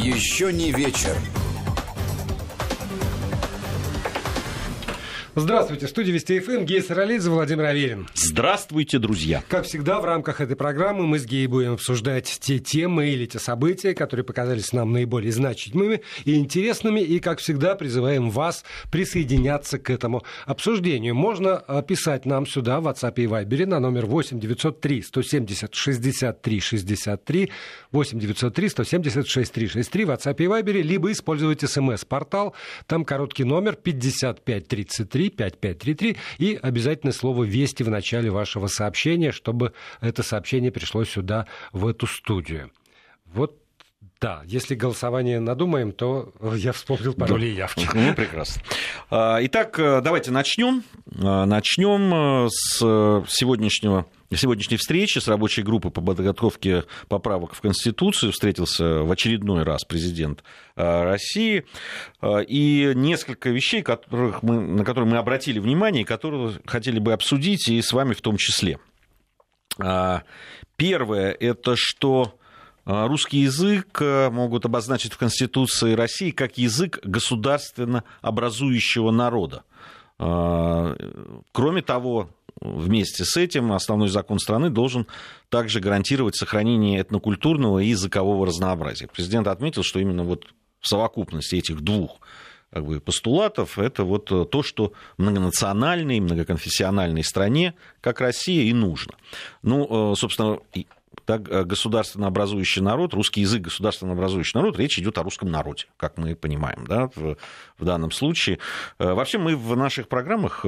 Еще не вечер. Здравствуйте, в студии Вести ФМ, Гея Саралидзе, Владимир Аверин. Здравствуйте, друзья. Как всегда, в рамках этой программы мы с Геей будем обсуждать те темы или те события, которые показались нам наиболее значительными и интересными, и, как всегда, призываем вас присоединяться к этому обсуждению. Можно писать нам сюда, в WhatsApp и Viber, на номер 8 903 170 63 63, 8 903 170 63 63 в WhatsApp и Viber, либо использовать СМС-портал, там короткий номер 5533, 5533, и обязательно слово «Вести» в начале вашего сообщения, чтобы это сообщение пришло сюда, в эту студию. Вот, да, если голосование надумаем, то я вспомнил пароли и явки. Ну, прекрасно. Итак, давайте начнем. Начнем с сегодняшней встречи с рабочей группой по подготовке поправок в Конституцию. Встретился в очередной раз президент России. И несколько вещей, на которые мы обратили внимание, и которые хотели бы обсудить, и с вами в том числе. Первое – это что русский язык могут обозначить в Конституции России как язык государственно образующего народа. Кроме того, вместе с этим основной закон страны должен также гарантировать сохранение этнокультурного и языкового разнообразия. Президент отметил, что именно вот в совокупности этих двух постулатов это вот то, что многонациональной, многоконфессиональной стране, как Россия, и нужно. Ну, собственно, так, государственно образующий народ, русский язык государственно образующий народ, речь идет о русском народе, как мы понимаем, да, в данном случае. Вообще мы в наших программах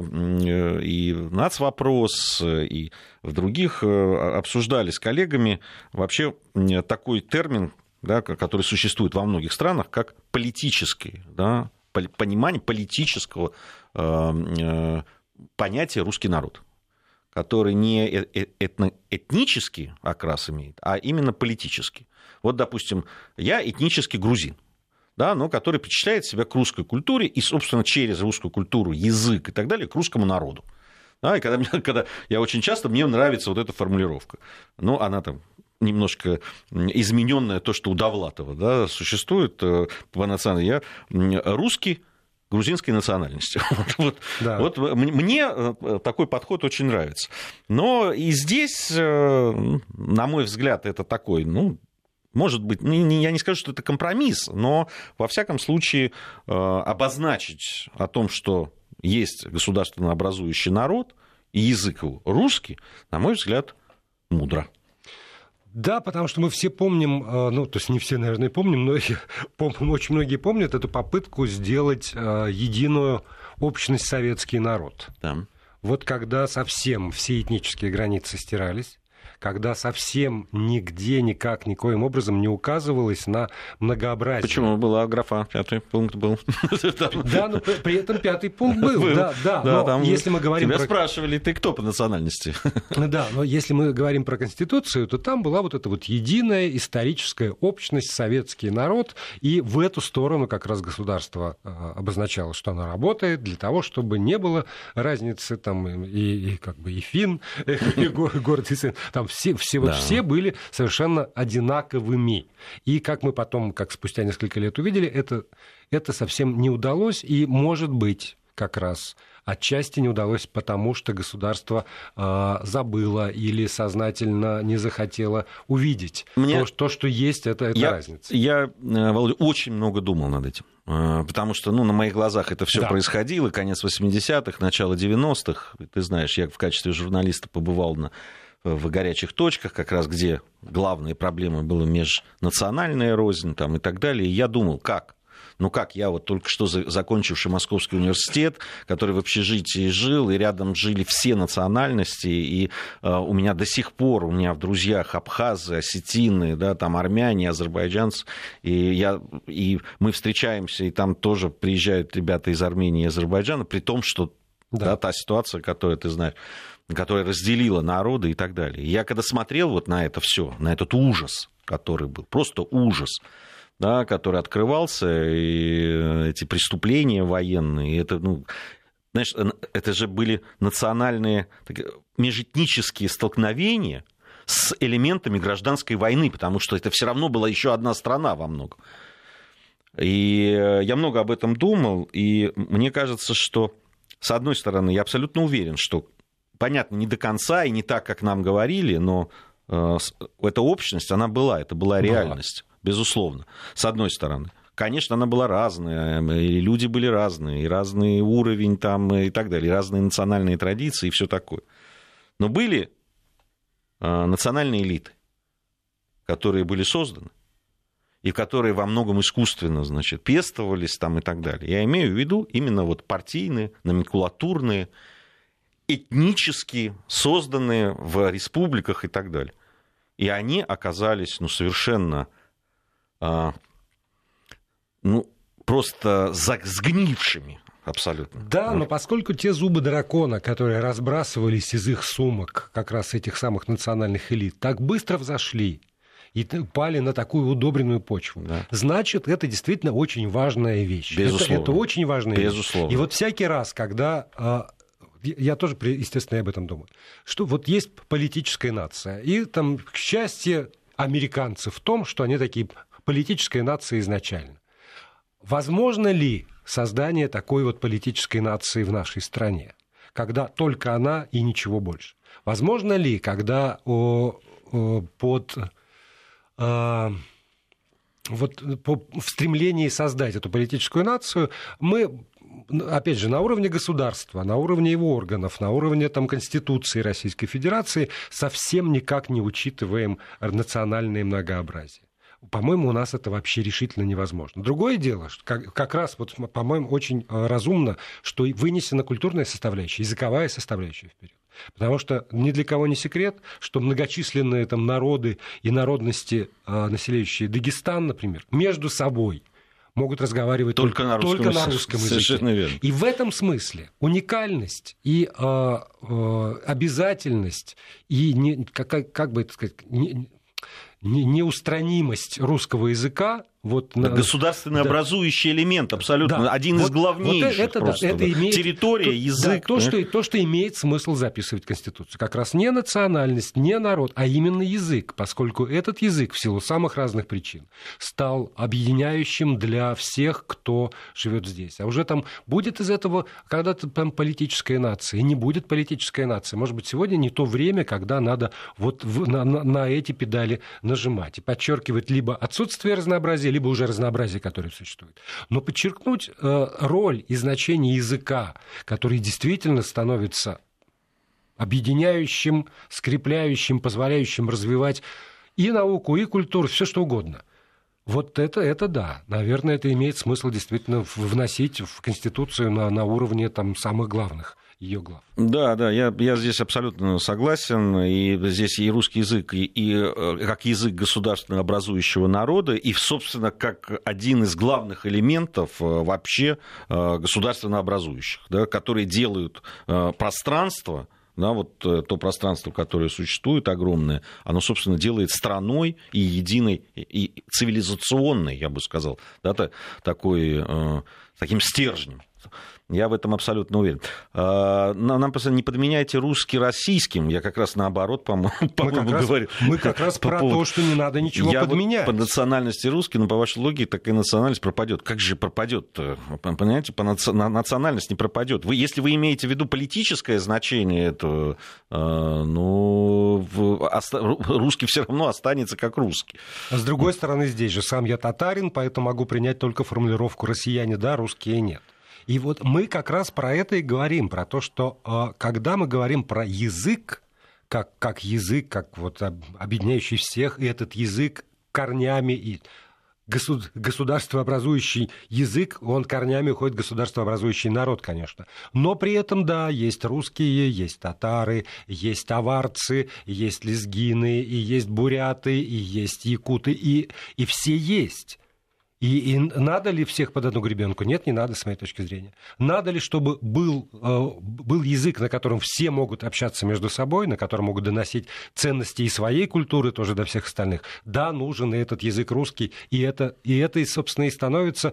и «Нацвопрос», и в других обсуждали с коллегами вообще такой термин, да, который существует во многих странах, как политический, да, понимание политического понятия «русский народ», который не этнический окрас имеет, а именно политический. Вот, допустим, я этнический грузин, да, но который причисляет себя к русской культуре и, собственно, через русскую культуру, язык и так далее, к русскому народу. Да, и когда я очень часто, мне нравится вот эта формулировка. Ну, она там немножко измененная, то, что у Довлатова, да, существует по национальности. Я русский грузинской национальности. Да. Вот мне такой подход очень нравится. Но и здесь, на мой взгляд, это такой, ну, может быть, я не скажу, что это компромисс, но, во всяком случае, обозначить о том, что есть государственно образующий народ, и язык его русский, на мой взгляд, мудро. Да, потому что мы все помним, ну, то есть не все, наверное, помним, но очень многие помнят эту попытку сделать единую общность советский народ. Да. Вот когда совсем все этнические границы стирались, когда совсем нигде, никак, никоим образом не указывалось на многообразие. Почему? Была графа, 5-й пункт был. Да, но при этом 5-й пункт был. Да, но если мы говорим тебя спрашивали, ты кто по национальности? Да, но если мы говорим про Конституцию, то там была вот эта вот единая историческая общность, советский народ, и в эту сторону как раз государство обозначало, что оно работает, для того, чтобы не было разницы там и как бы и фин, и город, и сын. Там все были совершенно одинаковыми. И как мы потом, как спустя несколько лет увидели, это совсем не удалось. И, может быть, как раз отчасти не удалось, потому что государство забыло или сознательно не захотело увидеть то, что есть, это разница. Я, Володя, очень много думал над этим. Потому что на моих глазах это все происходило. Конец 80-х, начало 90-х. Ты знаешь, я в качестве журналиста побывал в горячих точках, как раз где главные проблемы была межнациональная рознь там, и так далее. И я думал, как? Ну как, я вот только что закончивший Московский университет, который в общежитии жил, и рядом жили все национальности, и у меня до сих пор, у меня в друзьях абхазы, осетины, да, там армяне, азербайджанцы, и мы встречаемся, и там тоже приезжают ребята из Армении и Азербайджана, при том, что та ситуация, которую ты знаешь, которая разделила народы и так далее. И я когда смотрел вот на это все, на этот ужас, который был, просто ужас, да, который открывался, и эти преступления военные, это, знаешь, это же были национальные, межэтнические столкновения, с элементами гражданской войны, потому что это все равно была еще одна страна во многом. И я много об этом думал, и мне кажется, что, с одной стороны, я абсолютно уверен, что, понятно, не до конца и не так, как нам говорили, но эта общность, она была, это была реальность, безусловно, с одной стороны. Конечно, она была разная, и люди были разные, и разный уровень там, и так далее, и разные национальные традиции, и все такое. Но были национальные элиты, которые были созданы, и которые во многом искусственно, значит, пестовались там и так далее. Я имею в виду именно вот партийные, номенклатурные, этнически созданные в республиках и так далее. И они оказались, совершенно, просто сгнившими абсолютно. Да, но поскольку те зубы дракона, которые разбрасывались из их сумок, как раз этих самых национальных элит, так быстро взошли и пали на такую удобренную почву. Да. Значит, это действительно очень важная вещь. Безусловно. Это очень важная Безусловно. вещь. И вот всякий раз, когда... Я тоже, естественно, об этом думаю. Что вот есть политическая нация. И там, к счастью, американцы в том, что они такие политическая нация изначально. Возможно ли создание такой вот политической нации в нашей стране, когда только она и ничего больше? Возможно ли, когда в стремлении создать эту политическую нацию мы, опять же, на уровне государства, на уровне его органов, на уровне там, Конституции Российской Федерации совсем никак не учитываем национальное многообразие? По-моему, у нас это вообще решительно невозможно. Другое дело, что как раз, вот, по-моему, очень разумно, что вынесена культурная составляющая, языковая составляющая вперед. Потому что ни для кого не секрет, что многочисленные там народы и народности, населяющие Дагестан, например, между собой могут разговаривать только на русском языке. Совершенно верно. И в этом смысле уникальность и обязательность, и, как бы это сказать, неустранимость русского языка. Государственный образующий элемент, абсолютно, да. Один из главнейших. Вот это имеет, территория, язык. Да, то, что имеет смысл записывать в Конституцию. Как раз не национальность, не народ, а именно язык, поскольку этот язык в силу самых разных причин стал объединяющим для всех, кто живет здесь. А уже там будет из этого когда-то там политическая нация, и не будет политическая нация. Может быть, сегодня не то время, когда надо вот на эти педали нажимать и подчеркивать либо отсутствие разнообразия, либо уже разнообразие, которое существует. Но подчеркнуть роль и значение языка, который действительно становится объединяющим, скрепляющим, позволяющим развивать и науку, и культуру, все что угодно. Вот это да. Наверное, это имеет смысл действительно вносить в Конституцию на уровне там, самых главных ее глав. Да, я здесь абсолютно согласен. И здесь и русский язык, и как язык государственно образующего народа, и, собственно, как один из главных элементов вообще государственно образующих, да, которые делают пространство. Да, вот то пространство, которое существует, огромное, оно, собственно, делает страной и единой, и цивилизационной, я бы сказал, да, таким стержнем. Я в этом абсолютно уверен. Нам просто не подменяйте русский российским. Я как раз наоборот, по-моему, говорю. Мы как раз про то, что не надо ничего подменять. Вот по национальности русский, но по вашей логике такая национальность пропадет. Как же пропадет? Понимаете, национальность не пропадет. Если вы имеете в виду политическое значение, то русский все равно останется как русский. А с другой стороны, здесь же сам я татарин, поэтому могу принять только формулировку россияне да, русские нет. И вот мы как раз про это и говорим, про то, что когда мы говорим про язык, как язык, как вот объединяющий всех, и этот язык корнями, и государствообразующий язык, он корнями уходит в государствообразующий народ, конечно. Но при этом, да, есть русские, есть татары, есть аварцы, есть лезгины, и есть буряты, и есть якуты, и все есть. И надо ли всех под одну гребенку? Нет, не надо, с моей точки зрения. Надо ли, чтобы был язык, на котором все могут общаться между собой, на котором могут доносить ценности и своей культуры тоже до всех остальных? Да, нужен и этот язык русский, и это, собственно, и становится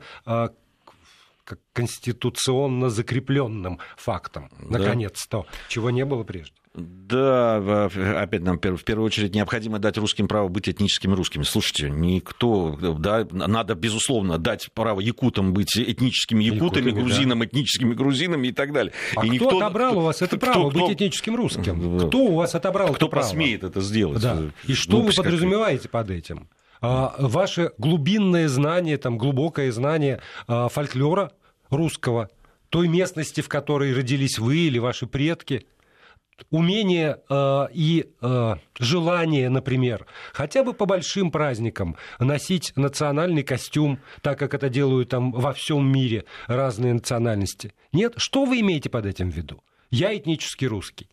конституционно закрепленным фактом, наконец-то, чего не было прежде. Да, опять нам в первую очередь необходимо дать русским право быть этническими русскими. Слушайте, никто, да, надо, безусловно, дать право якутам быть этническими якутами, грузинам, да, этническими грузинами и так далее. А и кто отобрал у вас это право быть этническим русским? Кто у вас отобрал это право? Кто посмеет это сделать? Да. И что вы подразумеваете под этим? Ваше глубинное знание, там, глубокое знание фольклора русского, той местности, в которой родились вы или ваши предки, умение и желание, например, хотя бы по большим праздникам носить национальный костюм, так как это делают там во всем мире разные национальности. Нет? Что вы имеете под этим в виду? Я этнически русский.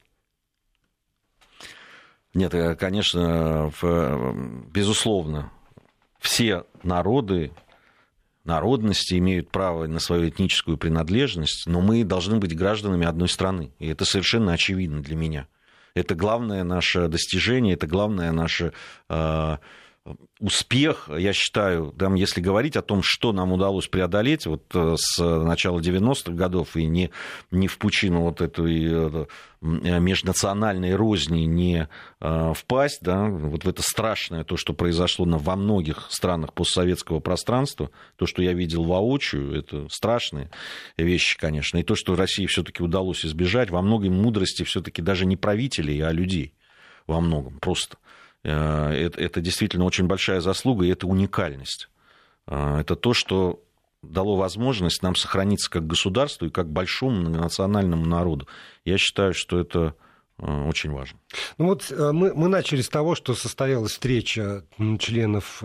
Нет, конечно, безусловно, все народы, народности имеют право на свою этническую принадлежность, но мы должны быть гражданами одной страны. И это совершенно очевидно для меня. Это главное наше достижение, это главное наше успех, я считаю, там, если говорить о том, что нам удалось преодолеть вот с начала 90-х годов и не в пучину вот этой межнациональной розни не впасть, да, вот в это страшное, то, что произошло во многих странах постсоветского пространства, то, что я видел воочию, это страшные вещи, конечно, и то, что России все-таки удалось избежать, во многом мудрости все-таки даже не правителей, а людей, во многом просто. Это действительно очень большая заслуга, и это уникальность. Это то, что дало возможность нам сохраниться как государству и как большому многонациональному народу. Я считаю, что это очень важно. Ну вот мы начали с того, что состоялась встреча членов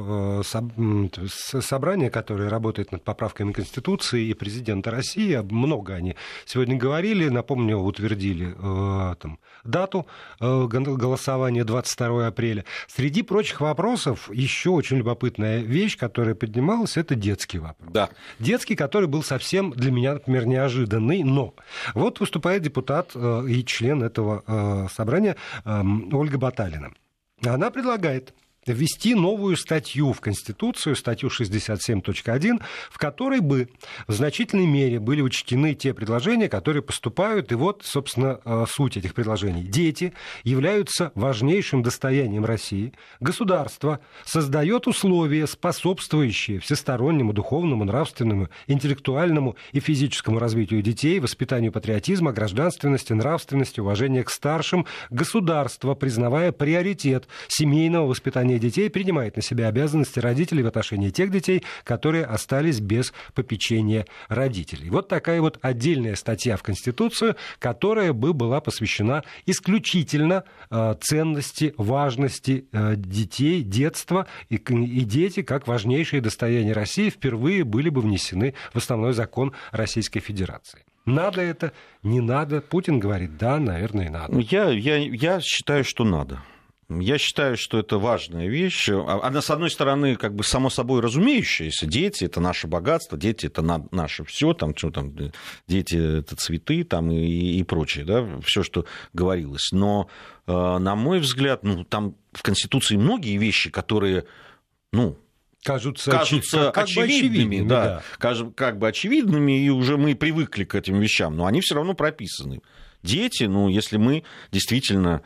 собрания, которое работает над поправками Конституции, и президента России. Много они сегодня говорили. Напомню, утвердили дату голосования 22 апреля. Среди прочих вопросов еще очень любопытная вещь, которая поднималась, это детский вопрос. Да. Детский, который был совсем для меня, например, неожиданный. Но вот выступает депутат и член этого собрания Ольга Баталина. Она предлагает ввести новую статью в Конституцию, статью 67.1, в которой бы в значительной мере были учтены те предложения, которые поступают. И вот, собственно, суть этих предложений. Дети являются важнейшим достоянием России. Государство создает условия, способствующие всестороннему духовному, нравственному, интеллектуальному и физическому развитию детей, воспитанию патриотизма, гражданственности, нравственности, уважения к старшим. Государство, признавая приоритет семейного воспитания детей, принимает на себя обязанности родителей в отношении тех детей, которые остались без попечения родителей. Вот такая вот отдельная статья в Конституцию, которая бы была посвящена исключительно ценности, важности детей, детства, и дети, как важнейшие достояния России, впервые были бы внесены в основной закон Российской Федерации. Надо это, не надо? Путин говорит, да, наверное, надо. Я считаю, что надо. Я считаю, что это важная вещь. Она, с одной стороны, как бы само собой разумеющаяся. Дети — это наше богатство, дети — это наше все, там, что там, дети — это цветы там, и прочее, да, все, что говорилось. Но, на мой взгляд, там в Конституции многие вещи, которые, кажутся очевидными, да. Как бы очевидными, и уже мы привыкли к этим вещам, но они все равно прописаны. Дети, если мы действительно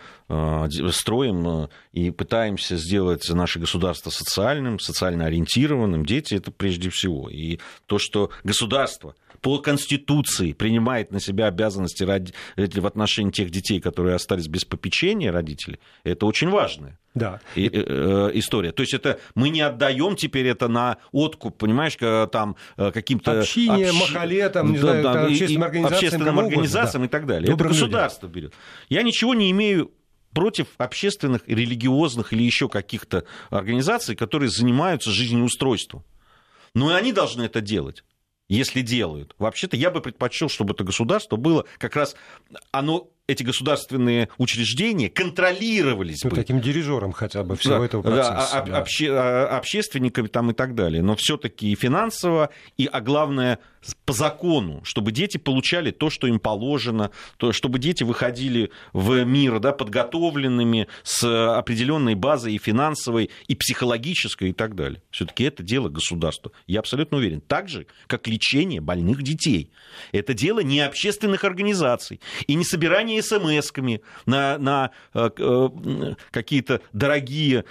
строим и пытаемся сделать наше государство социальным, социально ориентированным, дети — это прежде всего. И то, что государство по Конституции принимает на себя обязанности в отношении тех детей, которые остались без попечения родителей, это очень важная история. То есть это мы не отдаем теперь это на откуп, понимаешь, там каким-то махале, общественным организациям и так далее. Это государство берет. Я ничего не имею против общественных, религиозных или еще каких-то организаций, которые занимаются жизнеустройством. Но и они должны это делать. Если делают. Вообще-то я бы предпочел, чтобы это государство было как раз, эти государственные учреждения контролировались бы. Таким дирижером хотя бы всего этого процесса. Общественниками там и так далее. Но все-таки и финансово, а главное, по закону, чтобы дети получали то, что им положено, чтобы дети выходили в мир подготовленными, с определенной базой и финансовой, и психологической, и так далее. Все-таки это дело государства. Я абсолютно уверен. Так же, как лечение больных детей. Это дело не общественных организаций и не собирание торгование смс-ками на какие-то дорогие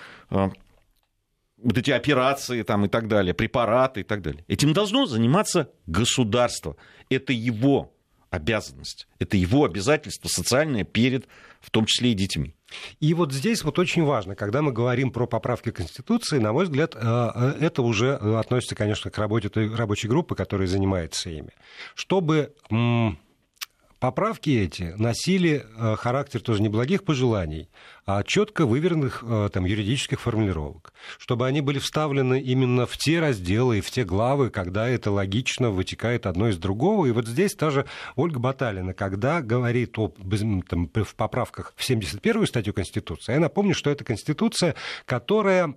вот эти операции там, и так далее, препараты и так далее. Этим должно заниматься государство. Это его обязанность, это его обязательство социальное перед, в том числе и детьми. И вот здесь вот очень важно, когда мы говорим про поправки Конституции, на мой взгляд, это уже относится, конечно, к работе той рабочей группы, которая занимается ими. Чтобы поправки эти носили характер тоже не благих пожеланий, а четко выверенных там, юридических формулировок, чтобы они были вставлены именно в те разделы и в те главы, когда это логично вытекает одно из другого. И вот здесь та же Ольга Баталина, когда говорит в поправках в 71-ю статью Конституции, я напомню, что это Конституция, которая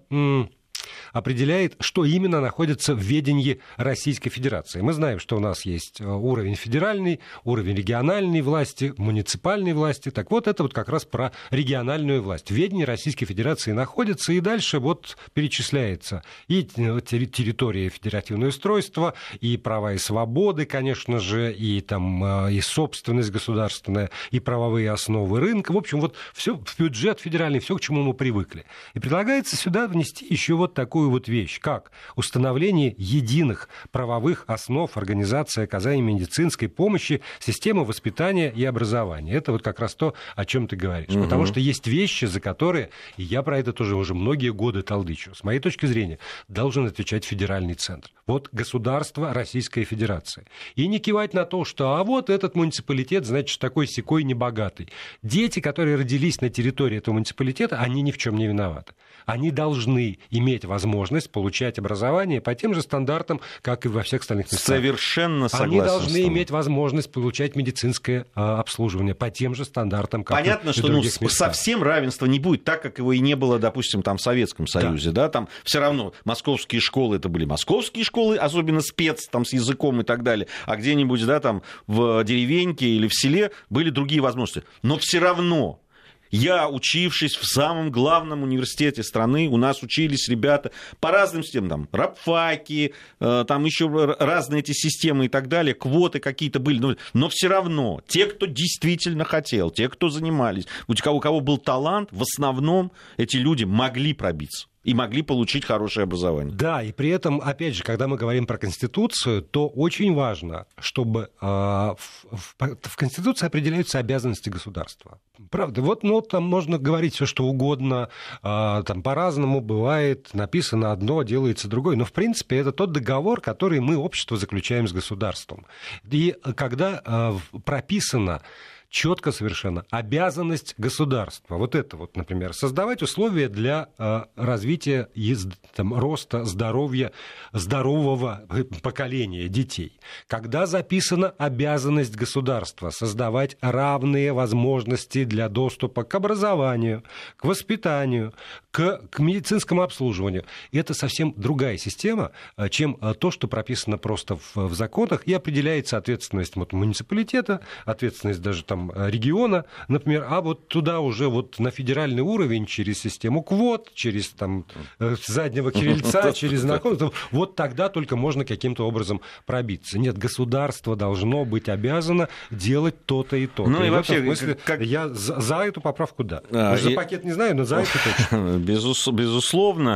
определяет, что именно находится в ведении Российской Федерации. Мы знаем, что у нас есть уровень федеральный, уровень региональной власти, муниципальной власти. Так вот, это вот как раз про региональную власть. В ведении Российской Федерации находится, и дальше вот перечисляется и территория федеративного устройства, и права и свободы, конечно же, и, там, и собственность государственная, и правовые основы рынка. В общем, вот все в бюджет федеральный, все, к чему мы привыкли. И предлагается сюда внести еще вот такую вот вещь, как установление единых правовых основ организации оказания медицинской помощи, системы воспитания и образования. Это вот как раз то, о чем ты говоришь. Угу. Потому что есть вещи, за которые, и я про это тоже уже многие годы толдычу, с моей точки зрения, должен отвечать федеральный центр. Вот государство Российской Федерации. И не кивать на то, что а вот этот муниципалитет, значит, такой-сякой небогатый. Дети, которые родились на территории этого муниципалитета, они ни в чем не виноваты. Они должны иметь возможность получать образование по тем же стандартам, как и во всех остальных местах. Совершенно согласен. Они должны иметь возможность получать медицинское обслуживание по тем же стандартам, как понятно, и в что других местах. Совсем равенства не будет, так как его и не было, допустим, там, в Советском Союзе. Да. Да? Там все равно московские школы, это были московские школы, особенно спец там, с языком и так далее. А где-нибудь да, там, в деревеньке или в селе были другие возможности. Но все равно... Я, учившись в самом главном университете страны, у нас учились ребята по разным системам, там, рабфаки, там еще разные эти системы и так далее, квоты какие-то были. Но все равно те, кто действительно хотел, те, кто занимались, у кого был талант, в основном эти люди могли пробиться. И могли получить хорошее образование. Да, и при этом, опять же, когда мы говорим про Конституцию, то очень важно, чтобы в Конституции определяются обязанности государства. Правда, вот там можно говорить все, что угодно, там по-разному бывает, написано одно, делается другое, но, в принципе, это тот договор, который мы, общество, заключаем с государством. И когда прописано четко совершенно обязанность государства. Вот это вот, например, создавать условия для развития и там, роста здоровья, здорового поколения детей. Когда записана обязанность государства создавать равные возможности для доступа к образованию, к воспитанию, к медицинскому обслуживанию. И это совсем другая система, чем то, что прописано просто в законах, и определяется ответственность вот, муниципалитета, ответственность даже там региона, например, а вот туда уже вот на федеральный уровень через систему квот, через там заднего крыльца, через знакомство, вот тогда только можно каким-то образом пробиться. Нет, государство должно быть обязано делать то-то и то-то. Ну и вообще, в этом смысле, я за эту поправку, да. За пакет не знаю, но за это точно. Безусловно.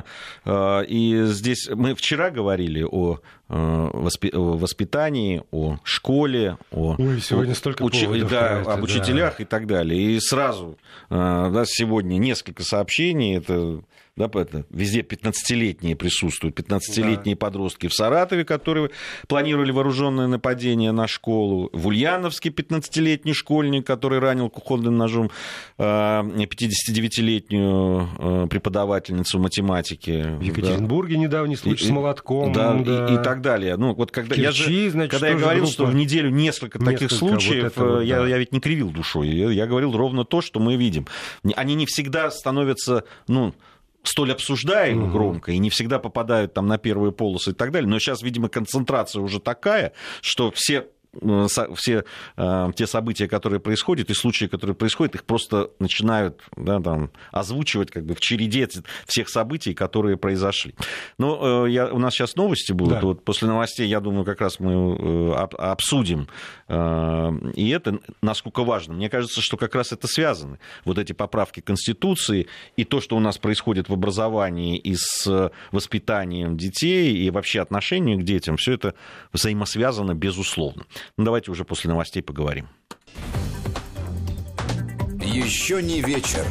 И здесь мы вчера говорили о воспитании, о школе, сегодня столько поводов, об учителях и так далее. И сразу сегодня несколько сообщений. Это везде 15-летние присутствуют, 15-летние подростки в Саратове, которые планировали вооруженное нападение на школу. В Ульяновске 15-летний школьник, который ранил кухонным ножом 59-летнюю преподавательницу математики. В Екатеринбурге недавний случай с молотком. И так далее. Ну, вот когда я говорил, что в неделю несколько таких случаев, я ведь не кривил душой. Я говорил ровно то, что мы видим. Они не всегда становятся... столь обсуждаемы громко и не всегда попадают там на первые полосы и так далее. Но сейчас, видимо, концентрация уже такая, что все все те события, которые происходят, и случаи, которые происходят, их просто начинают, да, там, озвучивать как бы в череде всех событий, которые произошли. Но у нас сейчас новости будут. Да. Вот после новостей, я думаю, как раз мы обсудим и это, насколько важно. Мне кажется, что как раз это связано. Вот эти поправки к Конституции и то, что у нас происходит в образовании и с воспитанием детей, и вообще отношение к детям, все это взаимосвязано, безусловно. Ну, давайте уже после новостей поговорим. Еще не вечер.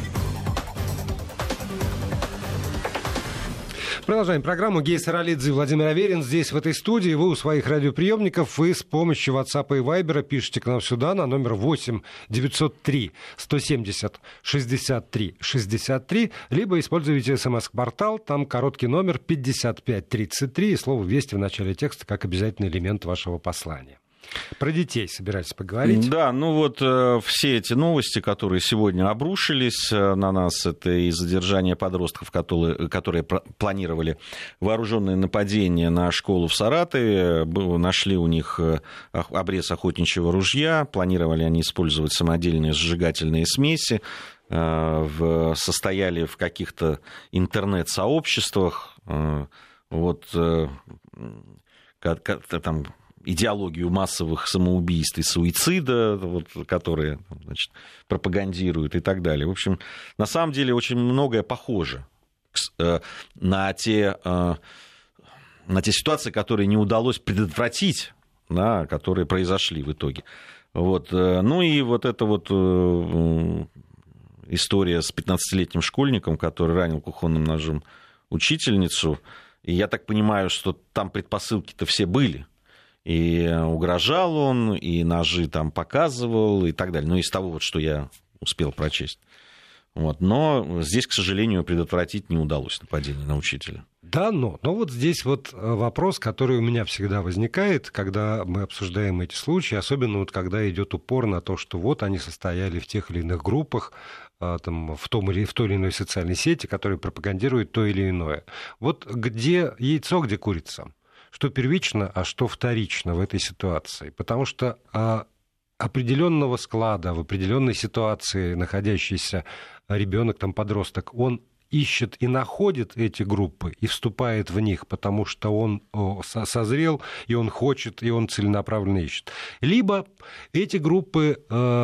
Продолжаем программу. Гея Саралидзе и Владимир Аверин здесь, в этой студии. Вы у своих радиоприемников. Вы с помощью WhatsApp и Viber пишите к нам сюда на номер 8 903 170 63 63, либо используйте смс-портал, там короткий номер 5533 и слово «Вести» в начале текста как обязательный элемент вашего послания. Про детей собирались поговорить. Да, ну вот все эти новости, которые сегодня обрушились на нас, это и задержание подростков, которые планировали вооруженные нападения на школу в Саратове, нашли у них обрез охотничьего ружья, планировали они использовать самодельные сжигательные смеси, состояли в каких-то интернет-сообществах, вот там идеологию массовых самоубийств и суицида, вот, которые, значит, пропагандируют и так далее. В общем, на самом деле очень многое похоже на те ситуации, которые не удалось предотвратить, да, которые произошли в итоге. Вот. Ну и вот эта вот история с 15-летним школьником, который ранил кухонным ножом учительницу. И я так понимаю, что там предпосылки-то все были. И угрожал он, и ножи там показывал, и так далее. Ну, из того, вот, что я успел прочесть. Вот. Но здесь, к сожалению, предотвратить не удалось нападение на учителя. Да, но вот здесь вот вопрос, который у меня всегда возникает, когда мы обсуждаем эти случаи, особенно вот когда идет упор на то, что вот они состояли в тех или иных группах, там, в той или иной социальной сети, которые пропагандируют то или иное. Вот где яйцо, где курица? Что первично, а что вторично в этой ситуации? Потому что определенного склада, в определенной ситуации находящийся ребенок, там, подросток, он ищет и находит эти группы и вступает в них, потому что он созрел, и он хочет, и он целенаправленно ищет. Либо эти группы...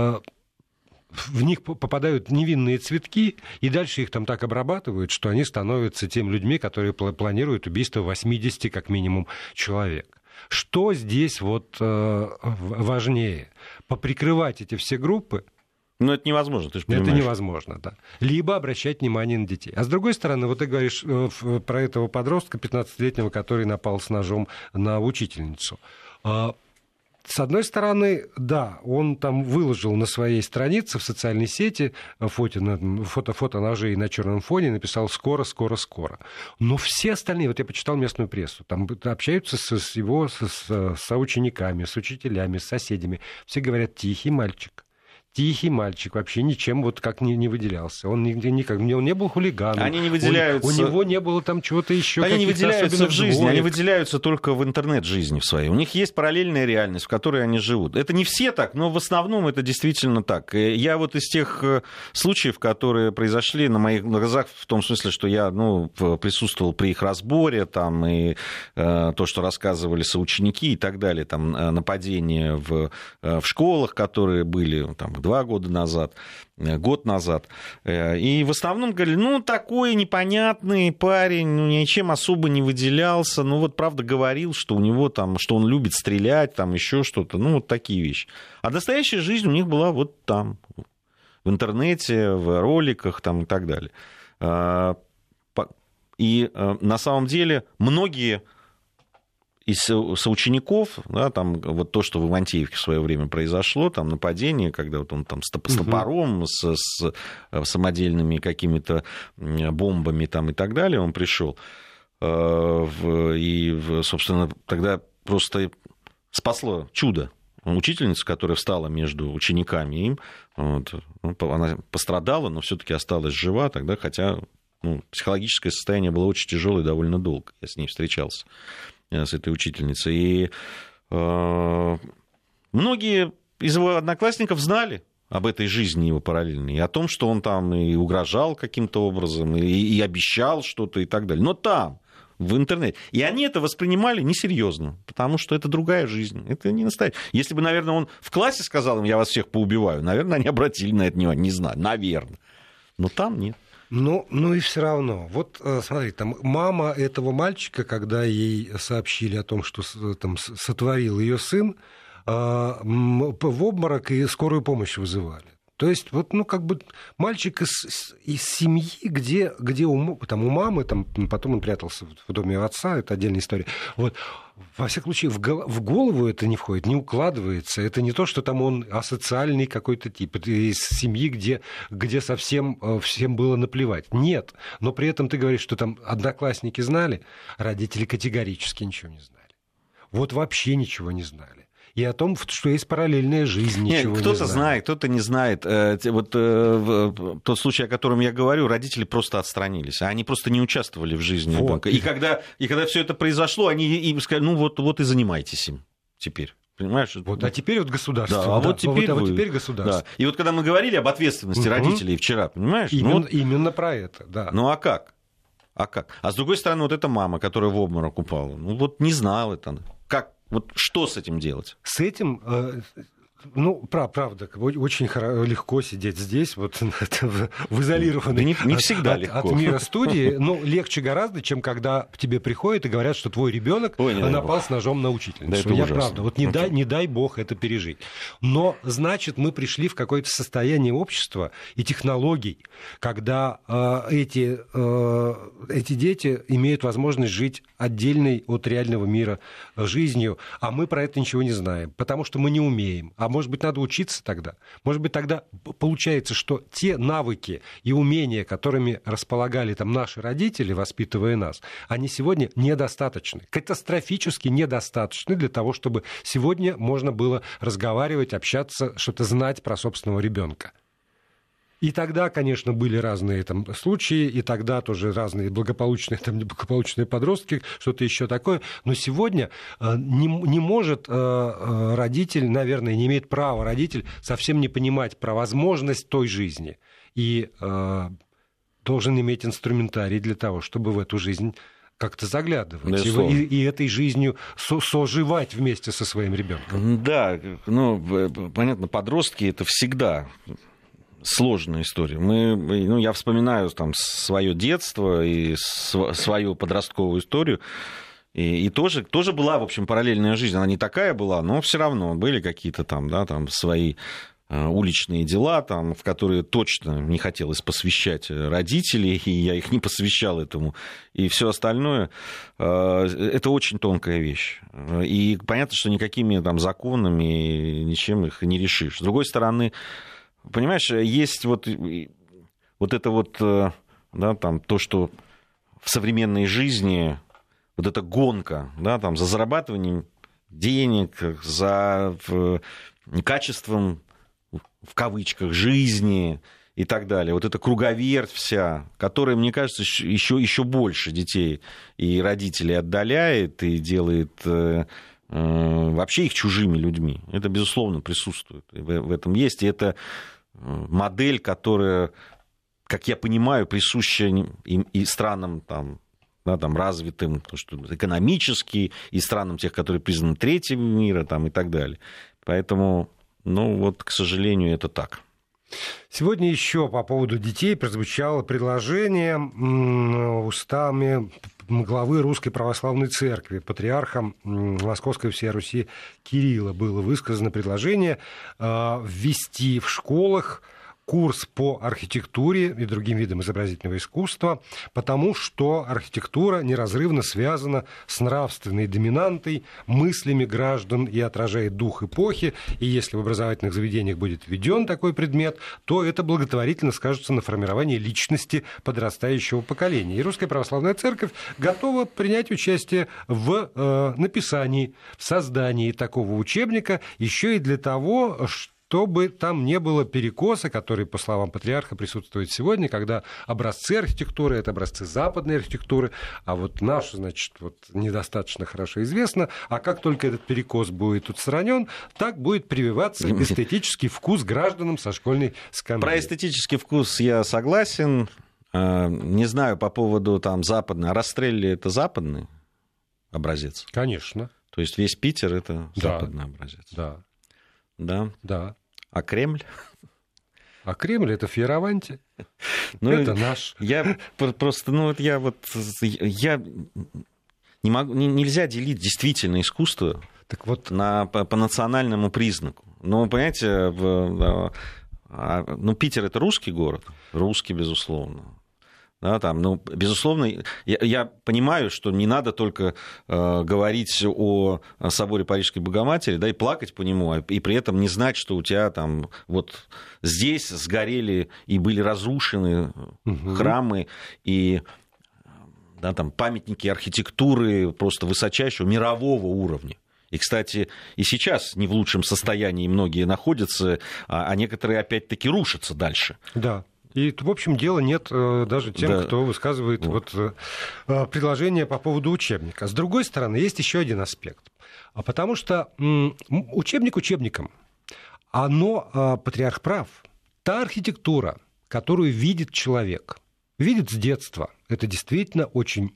в них попадают невинные цветки, и дальше их там так обрабатывают, что они становятся теми людьми, которые планируют убийство 80 как минимум человек. Что здесь вот важнее? Поприкрывать эти все группы? Ну, это невозможно, ты же понимаешь. Это невозможно, да. Либо обращать внимание на детей. А с другой стороны, вот ты говоришь про этого подростка 15-летнего, который напал с ножом на учительницу. С одной стороны, да, он там выложил на своей странице в социальной сети фото ножей на черном фоне, написал «скоро, скоро, скоро». Но все остальные, вот я почитал местную прессу, там общаются с его соучениками, с учителями, с соседями. Все говорят «тихий мальчик». Тихий мальчик, вообще ничем вот как не выделялся. Он никак, он не был хулиганом. Они не выделяются. У него не было там чего-то еще. Они не выделяются в жизни, они выделяются только в интернет-жизни в своей. У них есть параллельная реальность, в которой они живут. Это не все так, но в основном это действительно так. Я вот из тех случаев, которые произошли на моих глазах, в том смысле, что я присутствовал при их разборе, там, и то, что рассказывали соученики и так далее, там, нападения в школах, которые были там 2 года назад, год назад. И в основном говорили, такой непонятный парень, ничем особо не выделялся, вот правда говорил, что у него там, что он любит стрелять, там еще что-то, вот такие вещи. А настоящая жизнь у них была вот там, в интернете, в роликах там и так далее. И на самом деле многие из соучеников, да, там вот то, что в Ивантеевке в свое время произошло, там нападение, когда вот он там с топором, с самодельными какими-то бомбами там и так далее, он пришел, и, собственно, тогда просто спасло чудо учительницу, которая встала между учениками им, она пострадала, но все-таки осталась жива тогда, хотя психологическое состояние было очень тяжелое довольно долго, я с ней встречался, с этой учительницей. И Многие из его одноклассников знали об этой жизни его параллельной, и о том, что он там и угрожал каким-то образом, и обещал что-то и так далее. Но там, в интернете. И они это воспринимали несерьезно, потому что это другая жизнь, это не настоящая. Если бы, наверное, он в классе сказал им, я вас всех поубиваю, наверное, они обратили на это внимание, не знаю, наверное. Но там нет. Ну и все равно. Вот смотри, там мама этого мальчика, когда ей сообщили о том, что там сотворил ее сын, в обморок и скорую помощь вызывали. То есть, вот, как бы мальчик из семьи, где там, у мамы, там, потом он прятался в доме отца, это отдельная история. Вот. Во всяком случае, в голову это не входит, не укладывается. Это не то, что там он асоциальный какой-то тип. Это из семьи, где совсем всем было наплевать. Нет. Но при этом ты говоришь, что там одноклассники знали, родители категорически ничего не знали. Вот вообще ничего не знали. И о том, что есть параллельная жизнь, ничего не знает. Кто-то знает, кто-то не знает. Вот тот случай, о котором я говорю, родители просто отстранились. Они просто не участвовали в жизни ребенка. И когда все это произошло, они им сказали, вот и занимайтесь им теперь. Понимаешь? Вот, а теперь вот государство. Да, вот теперь государство. Да. И вот когда мы говорили об ответственности родителей вчера, понимаешь? Именно про это, да. Ну а как? А с другой стороны, вот эта мама, которая в обморок упала, не знала это. Как? Вот что с этим делать? С этим, правда, очень легко сидеть здесь, вот в изолированной не всегда легко. От мира студии, но легче гораздо, чем когда к тебе приходят и говорят, что твой ребенок напал с ножом на учительницу. Да, Я правда, вот не дай бог это пережить. Но, значит, мы пришли в какое-то состояние общества и технологий, когда эти дети имеют возможность жить отдельной от реального мира жизнью, а мы про это ничего не знаем, потому что мы не умеем. А может быть, надо учиться тогда? Может быть, тогда получается, что те навыки и умения, которыми располагали там наши родители, воспитывая нас, они сегодня недостаточны, катастрофически недостаточны для того, чтобы сегодня можно было разговаривать, общаться, что-то знать про собственного ребенка. И тогда, конечно, были разные там случаи, и тогда тоже разные благополучные, там, неблагополучные подростки, что-то еще такое. Но сегодня не может родитель, наверное, не имеет права родитель совсем не понимать про возможность той жизни. И должен иметь инструментарий для того, чтобы в эту жизнь как-то заглядывать и этой жизнью соживать вместе со своим ребенком. Да, понятно, подростки это всегда сложная история. Я вспоминаю там свое детство и свою подростковую историю. И тоже была, в общем, параллельная жизнь. Она не такая была, но все равно были какие-то там свои уличные дела, там, в которые точно не хотелось посвящать родителей, и я их не посвящал этому. И все остальное это очень тонкая вещь. И понятно, что никакими там законами ничем их не решишь. С другой стороны, понимаешь, есть вот это там, то, что в современной жизни вот эта гонка, там, за зарабатыванием денег, за качеством, в кавычках, жизни и так далее. Вот эта круговерть вся, которая, мне кажется, еще больше детей и родителей отдаляет и делает вообще их чужими людьми. Это, безусловно, присутствует. В этом есть. И это модель, которая, как я понимаю, присуща и странам там, развитым, потому что экономически, и странам тех, которые признаны третьим мира там, и так далее. Поэтому, к сожалению, это так. Сегодня еще по поводу детей прозвучало предложение устами главы Русской Православной Церкви, патриарха Московской и всей Руси Кирилла. Было высказано предложение ввести в школах курс по архитектуре и другим видам изобразительного искусства, потому что архитектура неразрывно связана с нравственной доминантой, мыслями граждан и отражает дух эпохи. И если в образовательных заведениях будет введен такой предмет, то это благотворительно скажется на формировании личности подрастающего поколения. И Русская Православная Церковь готова принять участие в написании, в создании такого учебника еще и для того, чтобы там не было перекоса, который, по словам патриарха, присутствует сегодня, когда образцы архитектуры — это образцы западной архитектуры, а вот наша, значит, вот недостаточно хорошо известно, а как только этот перекос будет устранен, так будет прививаться эстетический вкус гражданам со школьной скамьи. Про эстетический вкус я согласен. Не знаю по поводу там западной. А Растрелли — это западный образец? Конечно. То есть весь Питер — это западный образец? Да. Да? Да. А Кремль? А Кремль — это Фьераванти. Это наш. Я просто, я не могу, нельзя делить действительно искусство так вот... по национальному признаку. Ну, понимаете, Питер — это русский город, русский, безусловно. Да, там, безусловно, я понимаю, что не надо только говорить о соборе Парижской Богоматери, да, и плакать по нему, и при этом не знать, что у тебя там вот здесь сгорели и были разрушены храмы и да, там, памятники архитектуры просто высочайшего мирового уровня. И, кстати, и сейчас не в лучшем состоянии многие находятся, а некоторые опять-таки рушатся дальше. Да. И, в общем, дела нет даже тем, кто высказывает предложение по поводу учебника. С другой стороны, есть еще один аспект. Потому что учебник учебником, патриарх прав. Та архитектура, которую видит человек, видит с детства, это действительно очень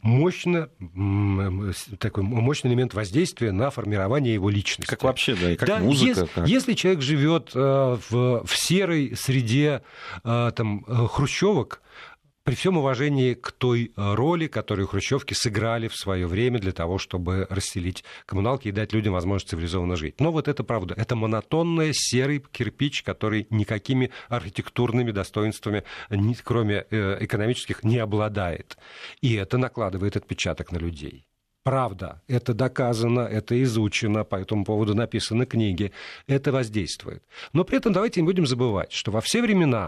такой мощный элемент воздействия на формирование его личности. Как вообще, да, и как музыка. Если человек живет в серой среде хрущевок, при всем уважении к той роли, которую хрущевки сыграли в свое время для того, чтобы расселить коммуналки и дать людям возможность цивилизованно жить. Но вот это правда. Это монотонный серый кирпич, который никакими архитектурными достоинствами, кроме экономических, не обладает. И это накладывает отпечаток на людей. Правда, это доказано, это изучено, по этому поводу написаны книги, это воздействует. Но при этом давайте не будем забывать, что во все времена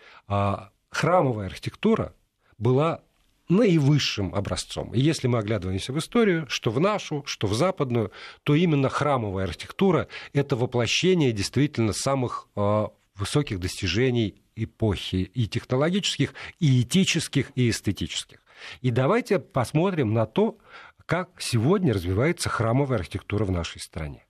храмовая архитектура была наивысшим образцом. И если мы оглядываемся в историю, что в нашу, что в западную, то именно храмовая архитектура — это воплощение действительно самых высоких достижений эпохи и технологических, и этических, и эстетических. И давайте посмотрим на то, как сегодня развивается храмовая архитектура в нашей стране.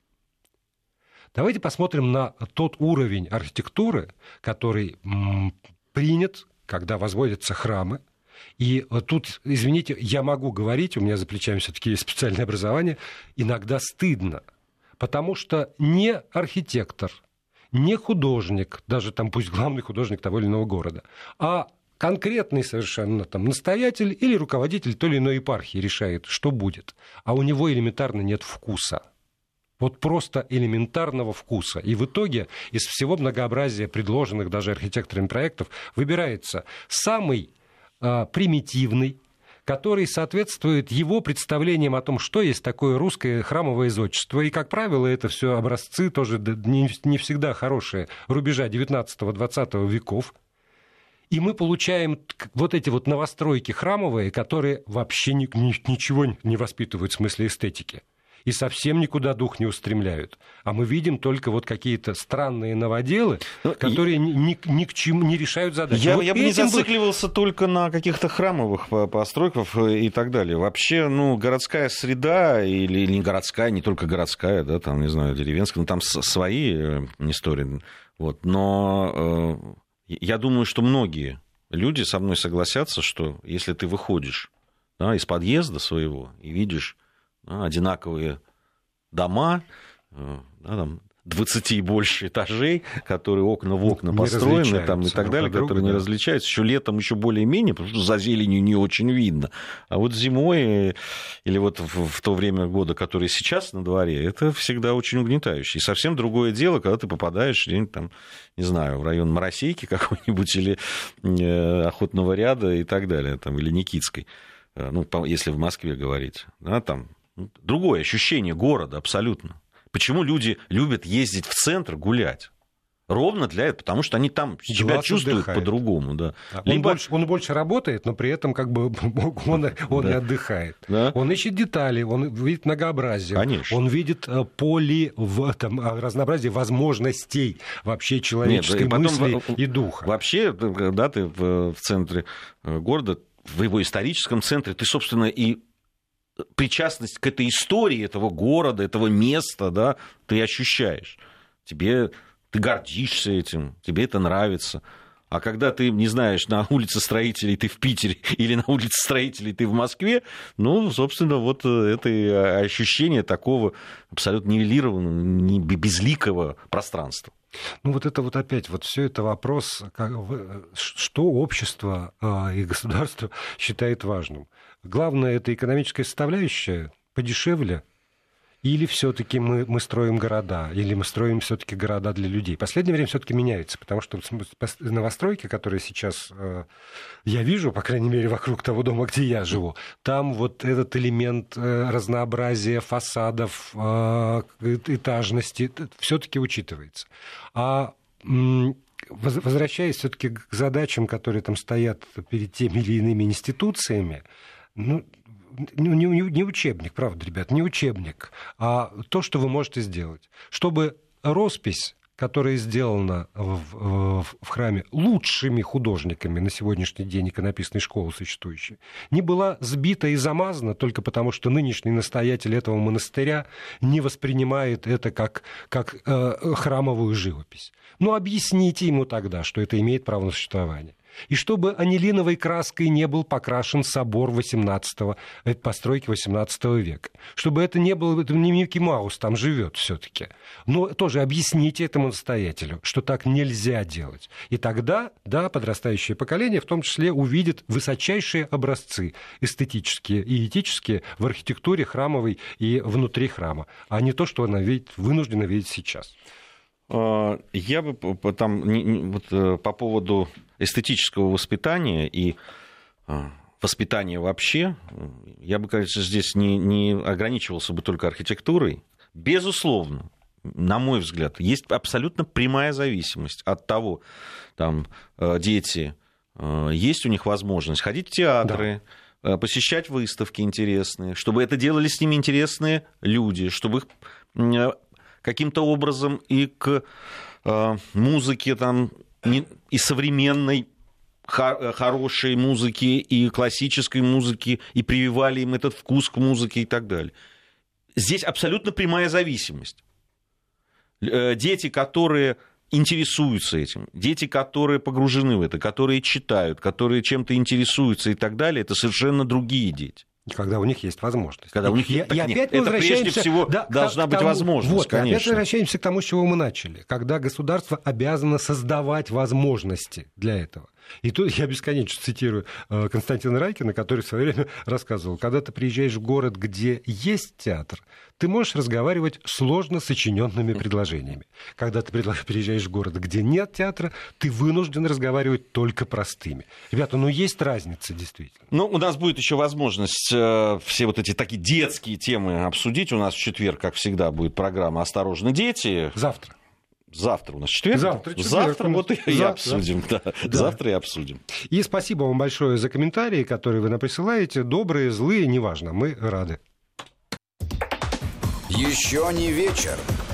Давайте посмотрим на тот уровень архитектуры, который принят, когда возводятся храмы. И тут, извините, я могу говорить, у меня за плечами все-таки есть специальное образование, иногда стыдно, потому что не архитектор, не художник, даже там пусть главный художник того или иного города, а конкретный совершенно там настоятель или руководитель той или иной епархии решает, что будет, а у него элементарно нет вкуса. Вот просто элементарного вкуса. И в итоге из всего многообразия предложенных даже архитекторами проектов выбирается самый примитивный, который соответствует его представлениям о том, что есть такое русское храмовое зодчество. И, как правило, это все образцы тоже не всегда хорошие, рубежа 19-20 веков. И мы получаем вот эти вот новостройки храмовые, которые вообще ничего не воспитывают в смысле эстетики. И совсем никуда дух не устремляют. А мы видим только вот какие-то странные новоделы, которые ни к чему не решают задачи. Я бы не зацикливался только на каких-то храмовых постройках и так далее. Вообще, городская среда, или не городская, не только городская, да, там, не знаю, деревенская, там свои истории. Вот. Но я думаю, что многие люди со мной согласятся, что если ты выходишь, да, из подъезда своего и видишь одинаковые дома, там 20 и больше этажей, которые окна в окна построены там, и так далее, которые не различаются. Еще летом еще более-менее, потому что за зеленью не очень видно. А вот зимой или вот в то время года, которое сейчас на дворе, это всегда очень угнетающе. И совсем другое дело, когда ты попадаешь где-нибудь там, не знаю, в район Моросейки какой-нибудь или Охотного ряда и так далее, там, или Никитской. Если в Москве говорить, да, там другое ощущение города абсолютно. Почему люди любят ездить в центр гулять? Ровно для этого, потому что они там себя чувствуют по-другому. Да. Либо... Он больше работает, но при этом как бы он не отдыхает. Да. Он ищет детали, он видит многообразие. Конечно. Он видит разнообразие возможностей вообще человеческой мысли и духа. Вообще, когда ты в центре города, в его историческом центре, ты, собственно, и причастность к этой истории этого города, этого места, да, ты ощущаешь. Ты гордишься этим, тебе это нравится. А когда ты, не знаешь, на улице Строителей ты в Питере или на улице Строителей ты в Москве, ну, собственно, вот это ощущение такого абсолютно нивелированного, безликого пространства. Ну, вот это вот опять, вот все это вопрос, что общество и государство считает важным. Главное, это экономическая составляющая, подешевле. Или все-таки мы строим города, или мы строим все-таки города для людей. Последнее время все-таки меняется, потому что новостройки, которые сейчас я вижу, по крайней мере, вокруг того дома, где я живу, там вот этот элемент разнообразия фасадов, этажности все-таки учитывается. А возвращаясь все-таки к задачам, которые там стоят перед теми или иными институциями, не учебник, правда, ребят, не учебник, а то, что вы можете сделать. Чтобы роспись, которая сделана в храме лучшими художниками на сегодняшний день иконописной школы существующей, не была сбита и замазана только потому, что нынешний настоятель этого монастыря не воспринимает это как храмовую живопись. Но объясните ему тогда, что это имеет право на существование. И чтобы анилиновой краской не был покрашен собор постройки XVIII века. Чтобы это не был, это не Микки Маус там живет все-таки. Но тоже объясните этому настоятелю, что так нельзя делать. И тогда, да, подрастающее поколение в том числе увидит высочайшие образцы эстетические и этические в архитектуре храмовой и внутри храма, а не то, что она вынуждена видеть сейчас. Я бы там по поводу эстетического воспитания и воспитания вообще, я бы, конечно, здесь не ограничивался бы только архитектурой. Безусловно, на мой взгляд, есть абсолютно прямая зависимость от того, там дети, есть у них возможность ходить в театры, да, посещать выставки интересные, чтобы это делали с ними интересные люди, чтобы их каким-то образом и к музыке там, и современной хорошей музыки, и классической музыки, и прививали им этот вкус к музыке и так далее. Здесь абсолютно прямая зависимость. Дети, которые интересуются этим, дети, которые погружены в это, которые читают, которые чем-то интересуются и так далее, это совершенно другие дети. Когда у них есть возможность. Когда у них это прежде всего должна быть возможность, вот, конечно. Опять возвращаемся к тому, с чего мы начали. Когда государство обязано создавать возможности для этого. И тут я бесконечно цитирую Константина Райкина, который в свое время рассказывал, когда ты приезжаешь в город, где есть театр, ты можешь разговаривать сложно сочиненными предложениями. Когда ты приезжаешь в город, где нет театра, ты вынужден разговаривать только простыми. Ребята, есть разница действительно. У нас будет еще возможность все вот эти такие детские темы обсудить. У нас в четверг, как всегда, будет программа «Осторожно, дети». Завтра у нас четверг. Завтра вот и обсудим. Да. Завтра и обсудим. И спасибо вам большое за комментарии, которые вы нам присылаете. Добрые, злые, неважно. Мы рады. Еще не вечер.